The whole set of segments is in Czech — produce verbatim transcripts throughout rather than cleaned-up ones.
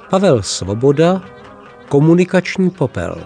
Pavel Svoboda, Komunikační popel.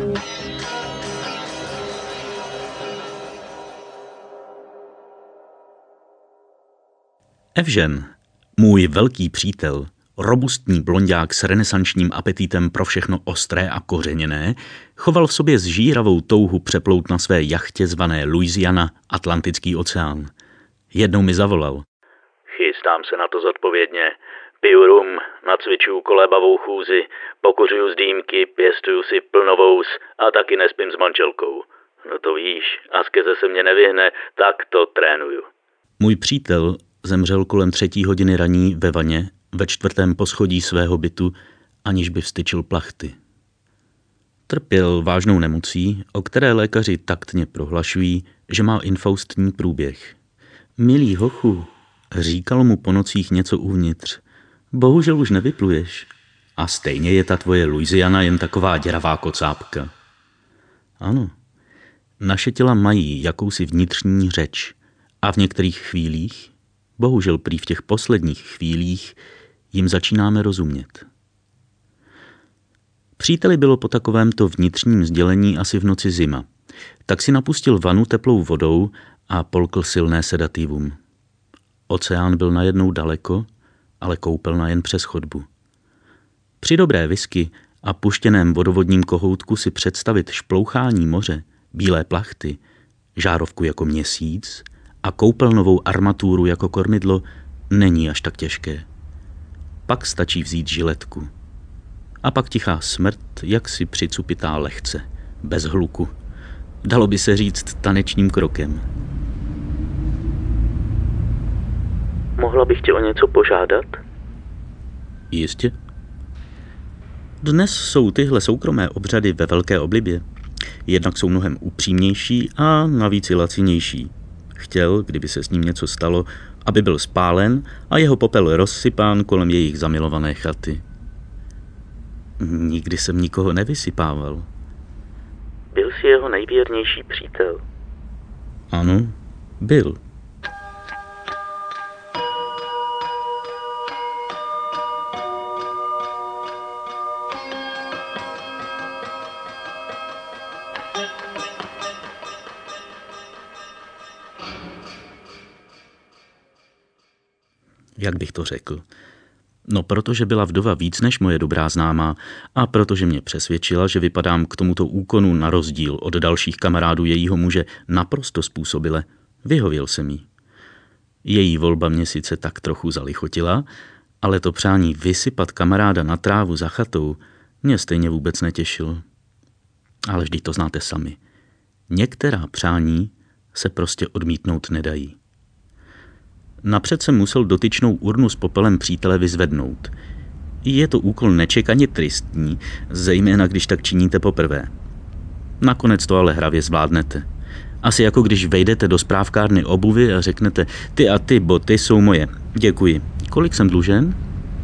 Evžen, můj velký přítel, robustní blonďák s renesančním apetitem pro všechno ostré a kořeněné, choval v sobě zžíravou touhu přeplout na své jachtě zvané Louisiana Atlantický oceán. Jednou mi zavolal. Chystám se na to zodpovědně. Piju rum, nacvičuju kolébavou chůzi, pokuřuju z dýmky, pěstuju si plnovous a taky nespím s manželkou. No to víš, askeze se mě nevyhne, tak to trénuju. Můj přítel zemřel kolem třetí hodiny raní ve vaně ve čtvrtém poschodí svého bytu, aniž by vstyčil plachty. Trpěl vážnou nemocí, o které lékaři taktně prohlašují, že má infaustní průběh. Milý hochu, říkalo mu po nocích něco uvnitř. Bohužel už nevypluješ. A stejně je ta tvoje Louisiana jen taková děravá kocápka. Ano, naše těla mají jakousi vnitřní řeč a v některých chvílích, bohužel prý v těch posledních chvílích, jim začínáme rozumět. Příteli bylo po takovémto vnitřním sdělení asi v noci zima, tak si napustil vanu teplou vodou a polkl silné sedativum. Oceán byl najednou daleko, ale koupelna jen přes chodbu. Při dobré whisky a puštěném vodovodním kohoutku si představit šplouchání moře, bílé plachty, žárovku jako měsíc a koupelnovou armaturu jako kormidlo není až tak těžké. Pak stačí vzít žiletku. A pak tichá smrt, jak si přicupitá lehce, bez hluku. Dalo by se říct tanečním krokem. Mohla bych tě o něco požádat? Jistě. Dnes jsou tyhle soukromé obřady ve velké oblibě. Jednak jsou mnohem upřímnější a navíc i lacinější. Chtěl, kdyby se s ním něco stalo, aby byl spálen a jeho popel rozsypán kolem jejich zamilované chaty. Nikdy jsem nikoho nevysypával. Byl jsi jeho nejvěrnější přítel? Ano, byl. Jak bych to řekl? No, protože byla vdova víc než moje dobrá známá a protože mě přesvědčila, že vypadám k tomuto úkonu na rozdíl od dalších kamarádů jejího muže naprosto způsobile, vyhověl jsem jí. Její volba mě sice tak trochu zalichotila, ale to přání vysypat kamaráda na trávu za chatou mě stejně vůbec netěšilo. Ale vždyť to znáte sami. Některá přání se prostě odmítnout nedají. Napřed jsem musel dotyčnou urnu s popelem přítele vyzvednout. Je to úkol nečekaně tristní, zejména když tak činíte poprvé. Nakonec to ale hravě zvládnete. Asi jako když vejdete do správkárny obuvy a řeknete, ty a ty boty jsou moje. Děkuji. Kolik jsem dlužen?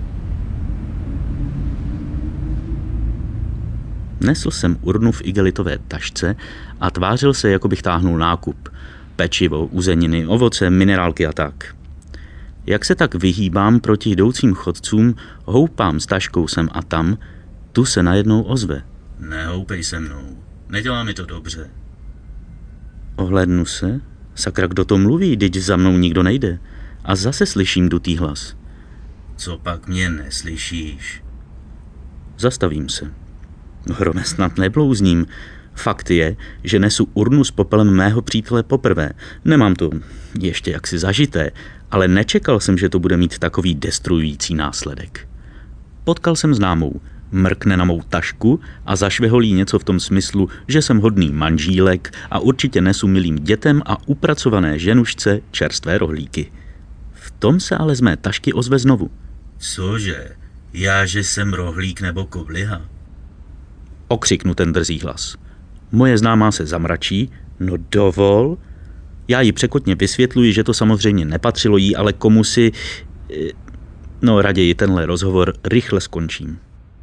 Nesl jsem urnu v igelitové tašce a tvářil se, jako bych táhnul nákup. Pečivo, uzeniny, ovoce, minerálky a tak. Jak se tak vyhýbám proti jdoucím chodcům, houpám s taškou sem a tam, tu se najednou ozve. Nehoupej se mnou, nedělá mi to dobře. Ohlédnu se, sakra, kdo to mluví, teď za mnou nikdo nejde. A zase slyším dutý hlas. Co pak mě neslyšíš? Zastavím se. Hrome, snad neblouzním. Fakt je, že nesu urnu s popelem mého přítele poprvé. Nemám to ještě jaksi zažité, ale nečekal jsem, že to bude mít takový destruující následek. Potkal jsem známou, mrkne na mou tašku a zašveholí něco v tom smyslu, že jsem hodný manžílek a určitě nesu milým dětem a upracované ženušce čerstvé rohlíky. V tom se ale z mé tašky ozve znovu. Cože? Já, že jsem rohlík nebo kobliha? Okřiknu ten drzý hlas. Moje známá se zamračí, no dovol. Já jí překotně vysvětluji, že to samozřejmě nepatřilo jí, ale komu si... No raději tenhle rozhovor rychle skončím.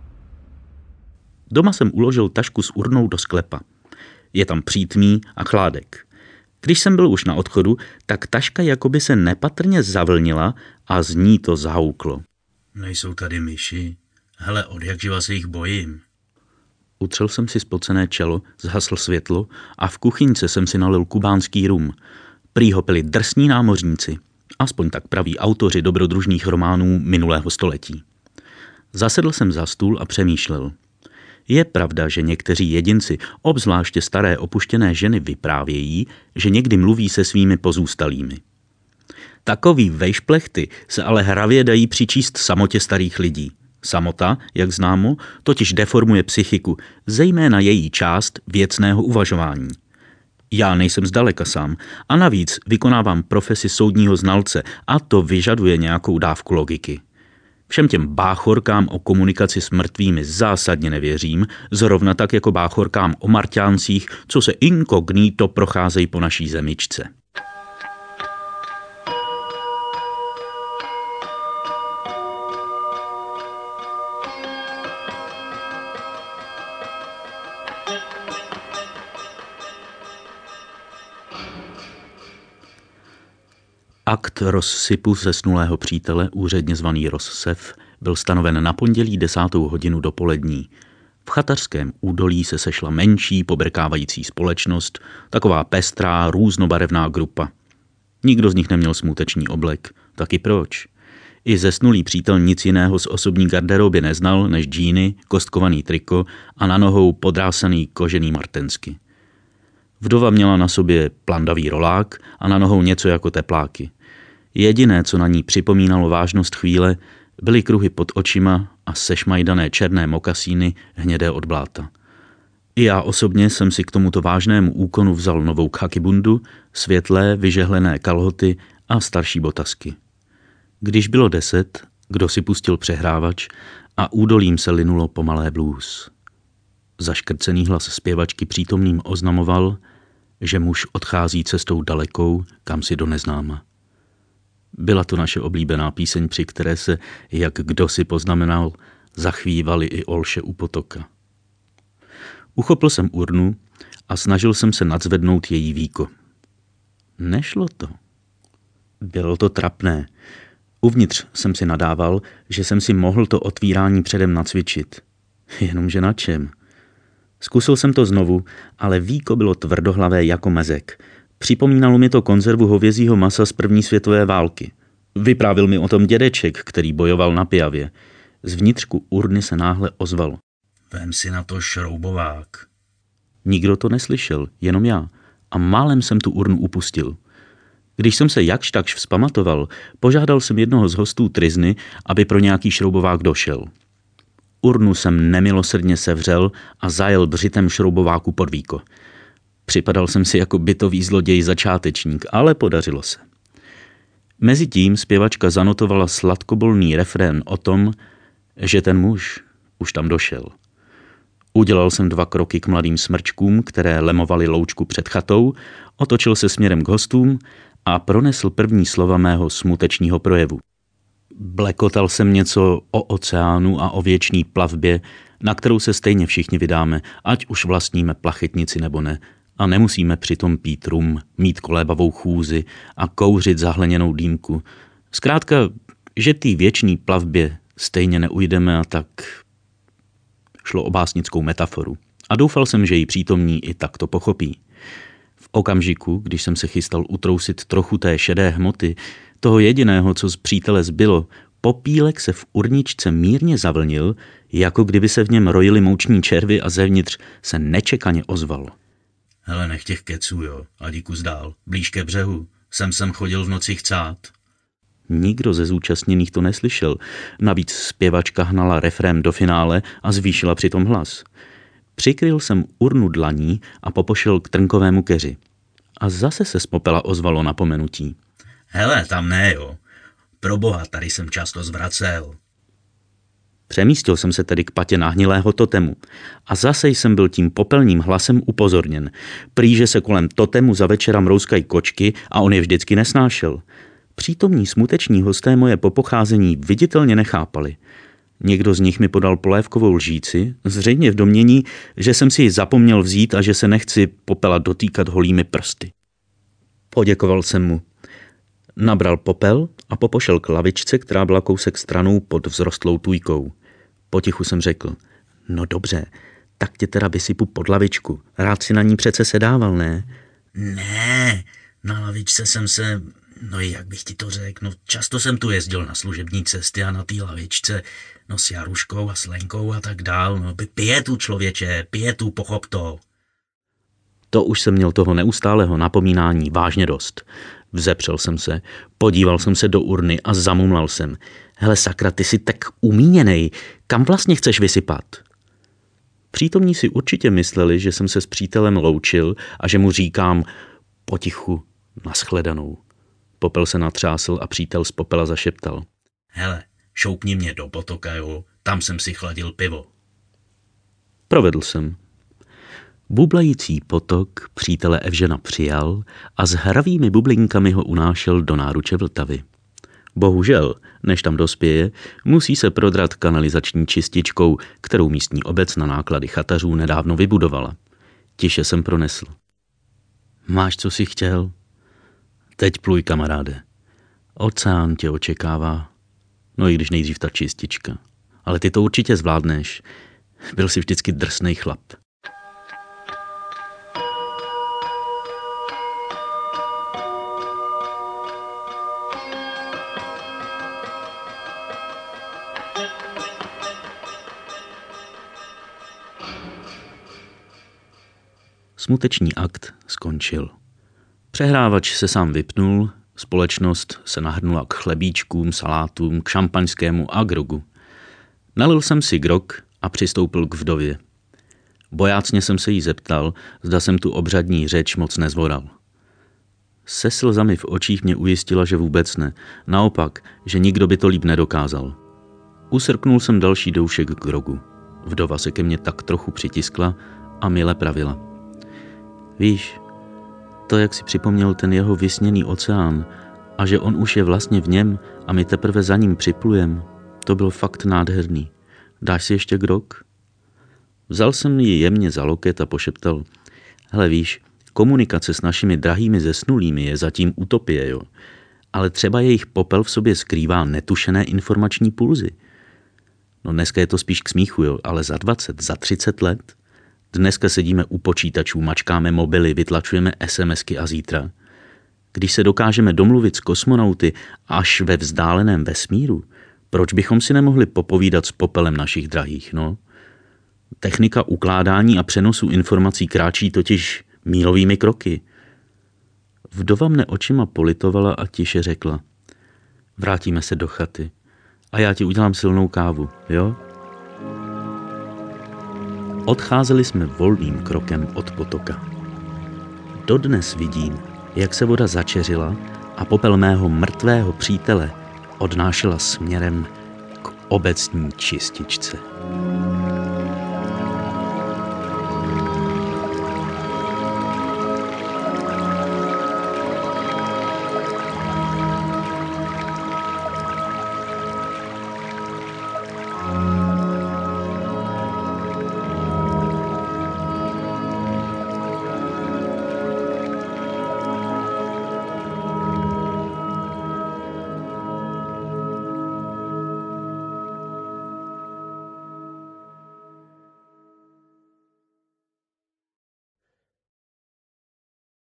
Doma jsem uložil tašku s urnou do sklepa. Je tam přítmí a chládek. Když jsem byl už na odchodu, tak taška jakoby se nepatrně zavlnila a z ní to zahouklo. Nejsou tady myši? Hele, od jak živa se jich bojím. Utřel jsem si spocené čelo, zhasl světlo a v kuchyňce jsem si nalil kubánský rum. Prý ho pili drsní námořníci, aspoň tak praví autoři dobrodružných románů minulého století. Zasedl jsem za stůl a přemýšlel. Je pravda, že někteří jedinci, obzvláště staré opuštěné ženy, vyprávějí, že někdy mluví se svými pozůstalými. Takový vejšplechty se ale hravě dají přičíst samotě starých lidí. Samota, jak známo, totiž deformuje psychiku, zejména její část věcného uvažování. Já nejsem zdaleka sám a navíc vykonávám profesi soudního znalce a to vyžaduje nějakou dávku logiky. Všem těm báchorkám o komunikaci s mrtvými zásadně nevěřím, zrovna tak jako báchorkám o marťáncích, co se inkognito procházejí po naší zemičce. Akt rozsypu zesnulého přítele, úředně zvaný rozsev, byl stanoven na pondělí desátou hodinu dopolední. V Chatařském údolí se sešla menší, pobrkávající společnost, taková pestrá, různobarevná grupa. Nikdo z nich neměl smuteční oblek, taky proč? I zesnulý přítel nic jiného z osobní garderoby neznal než džíny, kostkovaný triko a na nohou podrásaný kožený martensky. Vdova měla na sobě plandavý rolák a na nohou něco jako tepláky. Jediné, co na ní připomínalo vážnost chvíle, byly kruhy pod očima a sešmajdané černé mokasíny hnědé od bláta. I já osobně jsem si k tomuto vážnému úkonu vzal novou khakibundu, světlé, vyžehlené kalhoty a starší botasky. Když bylo deset, kdo si pustil přehrávač a údolím se linulo pomalé blues. Zaškrcený hlas zpěvačky přítomným oznamoval, že muž odchází cestou dalekou, kam si do neznáma. Byla to naše oblíbená píseň, při které se, jak kdo si poznamenal, zachvívali i olše u potoka. Uchopil jsem urnu a snažil jsem se nadzvednout její víko. Nešlo to. Bylo to trapné. Uvnitř jsem si nadával, že jsem si mohl to otvírání předem nacvičit. Jenomže na čem? Zkusil jsem to znovu, ale víko bylo tvrdohlavé jako mezek. Připomínalo mi to konzervu hovězího masa z první světové války. Vyprávěl mi o tom dědeček, který bojoval na Piavě. Z vnitřku urny se náhle ozval. Vem si na to šroubovák. Nikdo to neslyšel, jenom já. A málem jsem tu urnu upustil. Když jsem se jakž takž vzpamatoval, požádal jsem jednoho z hostů tryzny, aby pro nějaký šroubovák došel. Urnu jsem nemilosrdně sevřel a zajel břitem šroubováku pod víko. Připadal jsem si jako bytový zloděj začátečník, ale podařilo se. Mezitím zpěvačka zanotovala sladkobolný refrén o tom, že ten muž už tam došel. Udělal jsem dva kroky k mladým smrčkům, které lemovali loučku před chatou, otočil se směrem k hostům a pronesl první slova mého smutečního projevu. Blekotal jsem něco o oceánu a o věčný plavbě, na kterou se stejně všichni vydáme, ať už vlastníme plachetnici nebo ne, a nemusíme přitom pít rum, mít kolébavou chůzi a kouřit zahleněnou dýmku. Zkrátka, že tý věčný plavbě stejně neujdeme a tak... Šlo o básnickou metaforu a doufal jsem, že ji přítomní i tak to pochopí. V okamžiku, když jsem se chystal utrousit trochu té šedé hmoty, toho jediného, co z přítele zbylo, popílek se v urničce mírně zavlnil, jako kdyby se v něm rojily mouční červy a zevnitř se nečekaně ozval. Hele, nech těch keců, jo, a díku zdál, blíž ke břehu, sem jsem chodil v noci chcát. Nikdo ze zúčastněných to neslyšel, navíc zpěvačka hnala refrén do finále a zvýšila přitom hlas. Přikryl jsem urnu dlaní a popošel k trnkovému keři. A zase se z popela ozvalo napomenutí. Hele, tam ne, jo. Proboha, tady jsem často zvracel. Přemístil jsem se tedy k patě nahnilého totemu a zase jsem byl tím popelným hlasem upozorněn. Prý, že se kolem totemu za večera mrouskají kočky a on je vždycky nesnášel. Přítomní smuteční hosté moje popocházení viditelně nechápali. Někdo z nich mi podal polévkovou lžíci, zřejmě v domnění, že jsem si ji zapomněl vzít a že se nechci popela dotýkat holými prsty. Poděkoval jsem mu. Nabral popel a popošel k lavičce, která byla kousek stranou pod vzrostlou tůjkou. Potichu jsem řekl, no dobře, tak tě teda vysypu pod lavičku. Rád si na ní přece sedával, ne? Ne, na lavičce jsem se, no jak bych ti to řekl, no často jsem tu jezdil na služební cesty a na té lavičce, no s Jaruškou a s Lenkou a tak dál, no pije tu člověče, pije tu, pochop to. To už jsem měl toho neustálého napomínání vážně dost. Vzepřel jsem se, podíval jsem se do urny a zamumlal jsem. Hele sakra, ty jsi tak umíněnej, kam vlastně chceš vysypat? Přítomní si určitě mysleli, že jsem se s přítelem loučil a že mu říkám potichu nashledanou. Popel se natřásl a přítel z popela zašeptal. Hele, šoupni mě do potoka, jo, tam jsem si chladil pivo. Provedl jsem. Bublající potok přítele Evžena přijal a s hravými bublinkami ho unášel do náruče Vltavy. Bohužel, než tam dospěje, musí se prodrat kanalizační čističkou, kterou místní obec na náklady chatařů nedávno vybudovala. Tiše jsem pronesl. Máš, co jsi chtěl? Teď pluj, kamaráde. Oceán tě očekává. No i když nejdřív ta čistička. Ale ty to určitě zvládneš. Byl jsi vždycky drsnej chlap. Smutečný akt skončil. Přehrávač se sám vypnul, společnost se nahrnula k chlebíčkům, salátům, k šampaňskému a grogu. Nalil jsem si grog a přistoupil k vdově. Bojácně jsem se jí zeptal, zda jsem tu obřadní řeč moc nezvoral. Se slzami v očích mě ujistila, že vůbec ne. Naopak, že nikdo by to líp nedokázal. Usrknul jsem další doušek k grogu. Vdova se ke mně tak trochu přitiskla a mile pravila. Víš, to, jak si připomněl ten jeho vysněný oceán a že on už je vlastně v něm a my teprve za ním připlujem, to bylo fakt nádherný. Dáš si ještě grog? Vzal jsem ji jemně za loket a pošeptal. Hele víš, komunikace s našimi drahými zesnulými je zatím utopie, jo. Ale třeba jejich popel v sobě skrývá netušené informační pulzy. No dneska je to spíš k smíchu, jo, ale za dvacet, za třicet let... Dneska sedíme u počítačů, mačkáme mobily, vytlačujeme SMSky a zítra. Když se dokážeme domluvit s kosmonauty až ve vzdáleném vesmíru, proč bychom si nemohli popovídat s popelem našich drahých, no? Technika ukládání a přenosu informací kráčí totiž mílovými kroky. Vdova mne očima politovala a tiše řekla. Vrátíme se do chaty a já ti udělám silnou kávu, jo? Odcházeli jsme volným krokem od potoka. Dodnes vidím, jak se voda začeřila a popel mého mrtvého přítele odnášela směrem k obecní čističce.